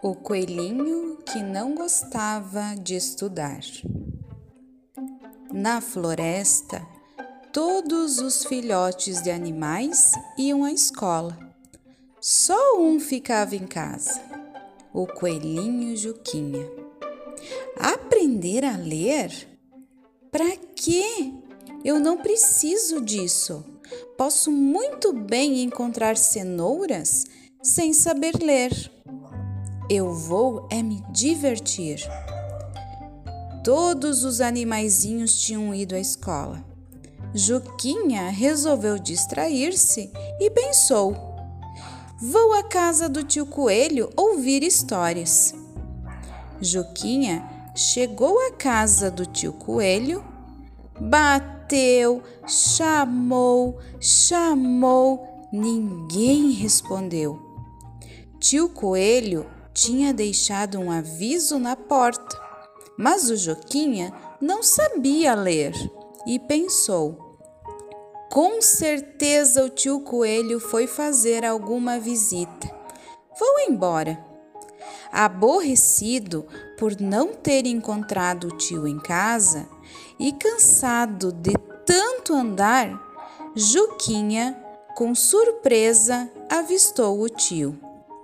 O coelhinho que não gostava de estudar. Na floresta, todos os filhotes de animais iam à escola. Só um ficava em casa, o coelhinho Juquinha. Aprender a ler? Para quê? Eu não preciso disso. Posso muito bem encontrar cenouras sem saber ler. Eu vou me divertir. Todos os animaizinhos tinham ido à escola. Juquinha resolveu distrair-se e pensou: vou à casa do tio Coelho ouvir histórias. Juquinha chegou à casa do tio Coelho, bateu, chamou, ninguém respondeu. Tio Coelho tinha deixado um aviso na porta, mas o Juquinha não sabia ler e pensou: com certeza o tio Coelho foi fazer alguma visita. Vou embora. Aborrecido por não ter encontrado o tio em casa e cansado de tanto andar, Juquinha, com surpresa, avistou o tio.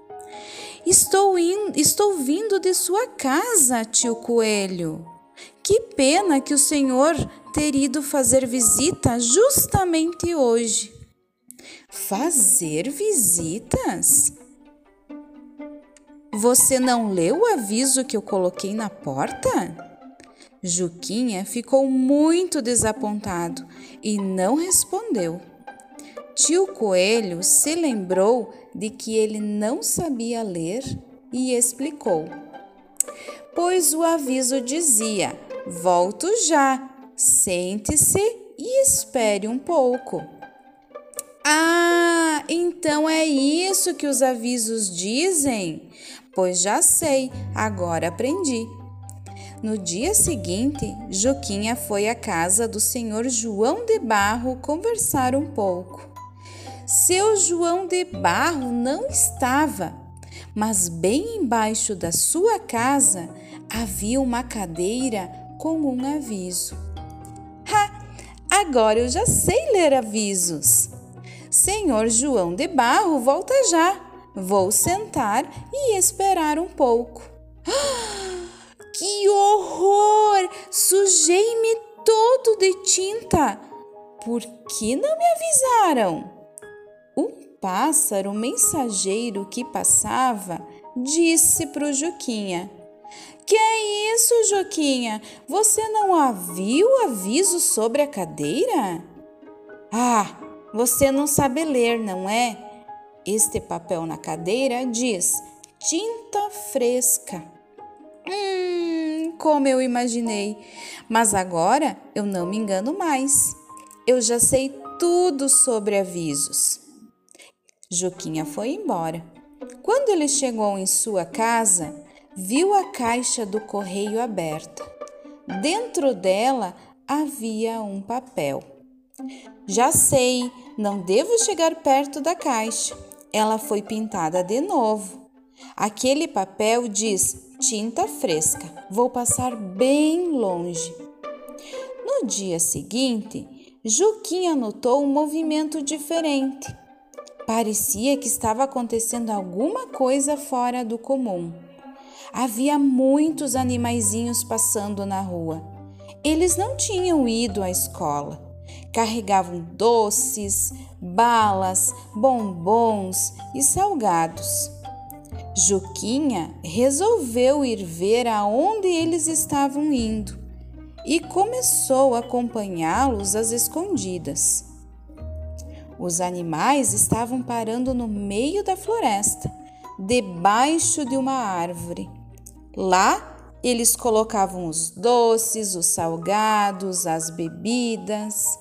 Estou vindo de sua casa, tio Coelho. Que pena que o senhor ter ido fazer visita justamente hoje. Fazer visitas? Você não leu o aviso que eu coloquei na porta? Juquinha ficou muito desapontado e não respondeu. Tio Coelho se lembrou de que ele não sabia ler e explicou. Pois o aviso dizia: volto já, sente-se e espere um pouco. Ah, então é isso que os avisos dizem? Pois já sei, agora aprendi. No dia seguinte, Juquinha foi à casa do senhor João de Barro conversar um pouco. Seu João de Barro não estava, mas bem embaixo da sua casa havia uma cadeira com um aviso. Agora eu já sei ler avisos. Senhor João de Barro, volta já. Vou sentar e esperar um pouco. Que horror! Sujei-me todo de tinta. Por que não me avisaram? Um pássaro mensageiro que passava disse para o Juquinha: que é isso, Juquinha? Você não viu o aviso sobre a cadeira? Ah, você não sabe ler, não é? Este papel na cadeira diz tinta fresca. Como eu imaginei. Mas agora eu não me engano mais. Eu já sei tudo sobre avisos. Juquinha foi embora. Quando ele chegou em sua casa, viu a caixa do correio aberta. Dentro dela havia um papel. Já sei, não devo chegar perto da caixa. Ela foi pintada de novo. Aquele papel diz tinta fresca. Vou passar bem longe. No dia seguinte, Juquinha notou um movimento diferente. Parecia que estava acontecendo alguma coisa fora do comum. Havia muitos animaizinhos passando na rua. Eles não tinham ido à escola. Carregavam doces, balas, bombons e salgados. Juquinha resolveu ir ver aonde eles estavam indo e começou a acompanhá-los às escondidas. Os animais estavam parando no meio da floresta, debaixo de uma árvore. Lá, eles colocavam os doces, os salgados, as bebidas.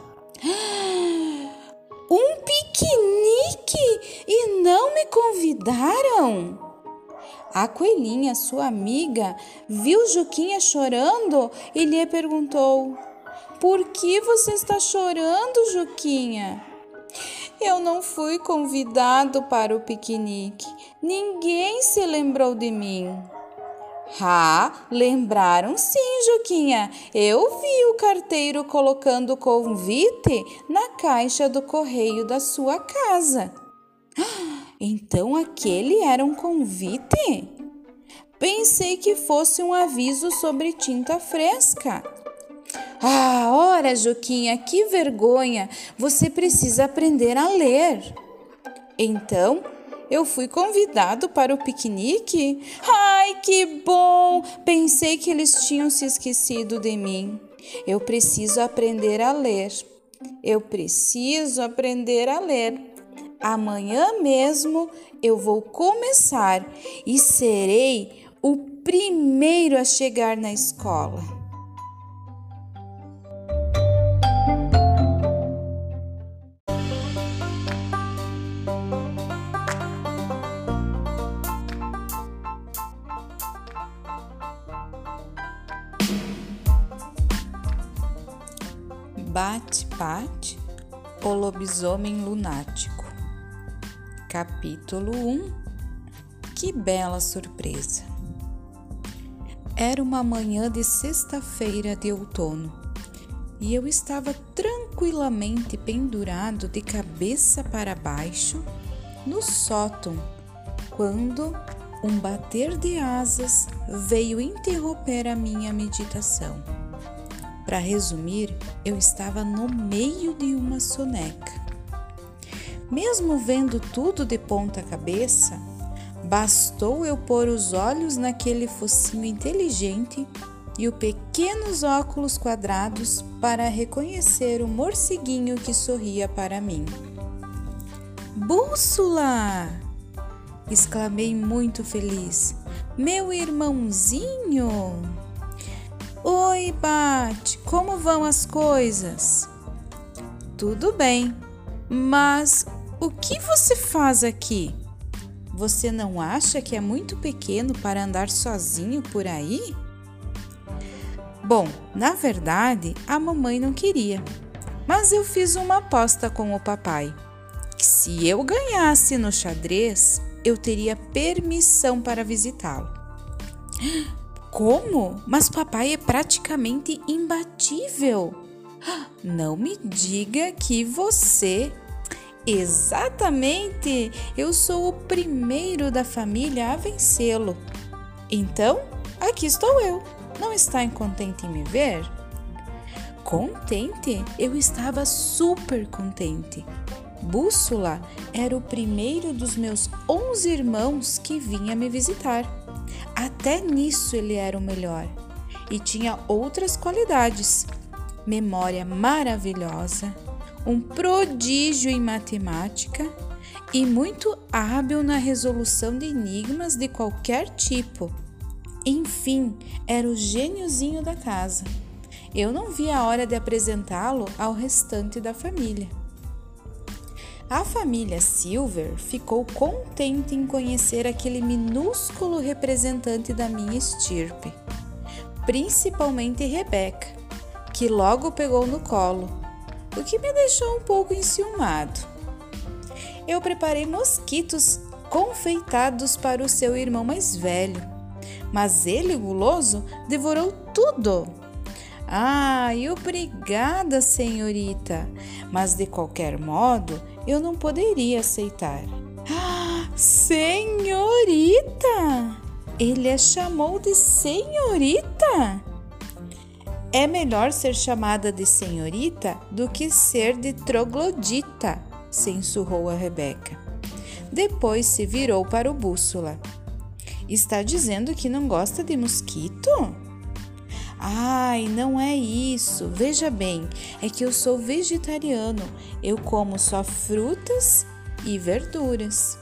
Um piquenique e não me convidaram? A coelhinha, sua amiga, viu Juquinha chorando e lhe perguntou: por que você está chorando, Juquinha? Eu não fui convidado para o piquenique. Ninguém se lembrou de mim. Ah, lembraram sim, Juquinha. Eu vi o carteiro colocando o convite na caixa do correio da sua casa. Então aquele era um convite? Pensei que fosse um aviso sobre tinta fresca. Ah, ora, Juquinha, que vergonha! Você precisa aprender a ler. Então, eu fui convidado para o piquenique? Ai, que bom! Pensei que eles tinham se esquecido de mim. Eu preciso aprender a ler. Eu preciso aprender a ler. Amanhã mesmo eu vou começar e serei o primeiro a chegar na escola. Bate-bate, o lobisomem lunático. Capítulo 1. Que bela surpresa! Era uma manhã de sexta-feira de outono e eu estava tranquilamente pendurado de cabeça para baixo no sótão quando um bater de asas veio interromper a minha meditação. Para resumir, eu estava no meio de uma soneca. Mesmo vendo tudo de ponta cabeça, bastou eu pôr os olhos naquele focinho inteligente e os pequenos óculos quadrados para reconhecer o morceguinho que sorria para mim. Bússola! Exclamei muito feliz. Meu irmãozinho! Oi, Bate, como vão as coisas? Tudo bem, mas o que você faz aqui? Você não acha que é muito pequeno para andar sozinho por aí? Bom, na verdade, a mamãe não queria, mas eu fiz uma aposta com o papai, que se eu ganhasse no xadrez, eu teria permissão para visitá-lo. Como? Mas papai é praticamente imbatível. Não me diga que você... Exatamente! Eu sou o primeiro da família a vencê-lo. Então, aqui estou eu. Não está contente em me ver? Contente? Eu estava super contente. Bússola era o primeiro dos meus 11 irmãos que vinha me visitar. Até nisso ele era o melhor e tinha outras qualidades: memória maravilhosa, um prodígio em matemática e muito hábil na resolução de enigmas de qualquer tipo. Enfim, era o gêniozinho da casa. Eu não via a hora de apresentá-lo ao restante da família. A família Silver ficou contente em conhecer aquele minúsculo representante da minha estirpe, principalmente Rebeca, que logo pegou no colo, o que me deixou um pouco enciumado. Eu preparei mosquitos confeitados para o seu irmão mais velho, mas ele, guloso, devorou tudo. Ai, obrigada, senhorita, mas de qualquer modo eu não poderia aceitar. Ah, senhorita! Ele a chamou de senhorita? É melhor ser chamada de senhorita do que ser de troglodita, censurrou a Rebeca. Depois se virou para o Bússola. Está dizendo que não gosta de mosquito? Ai, não é isso. Veja bem, é que eu sou vegetariano. Eu como só frutas e verduras.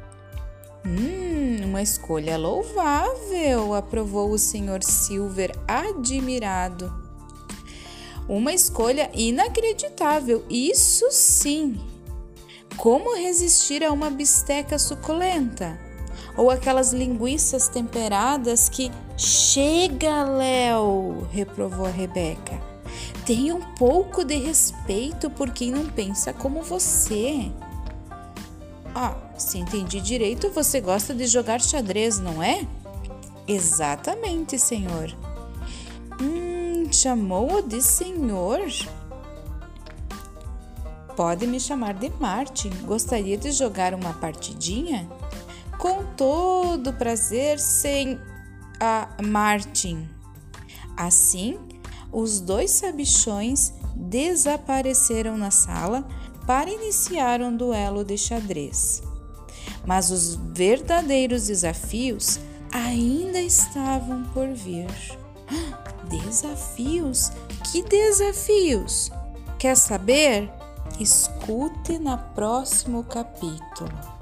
Uma escolha louvável, aprovou o Sr. Silver admirado. Uma escolha inacreditável, isso sim. Como resistir a uma bisteca suculenta? Ou aquelas linguiças temperadas que... Chega, Léo, reprovou a Rebeca. Tenha um pouco de respeito por quem não pensa como você. Ah, se entendi direito, você gosta de jogar xadrez, não é? Exatamente, senhor. Chamou-o de senhor? Pode me chamar de Martin. Gostaria de jogar uma partidinha? Com todo prazer, Martin. Assim, os dois sabichões desapareceram na sala para iniciar um duelo de xadrez. Mas os verdadeiros desafios ainda estavam por vir. Desafios? Que desafios? Quer saber? Escute no próximo capítulo.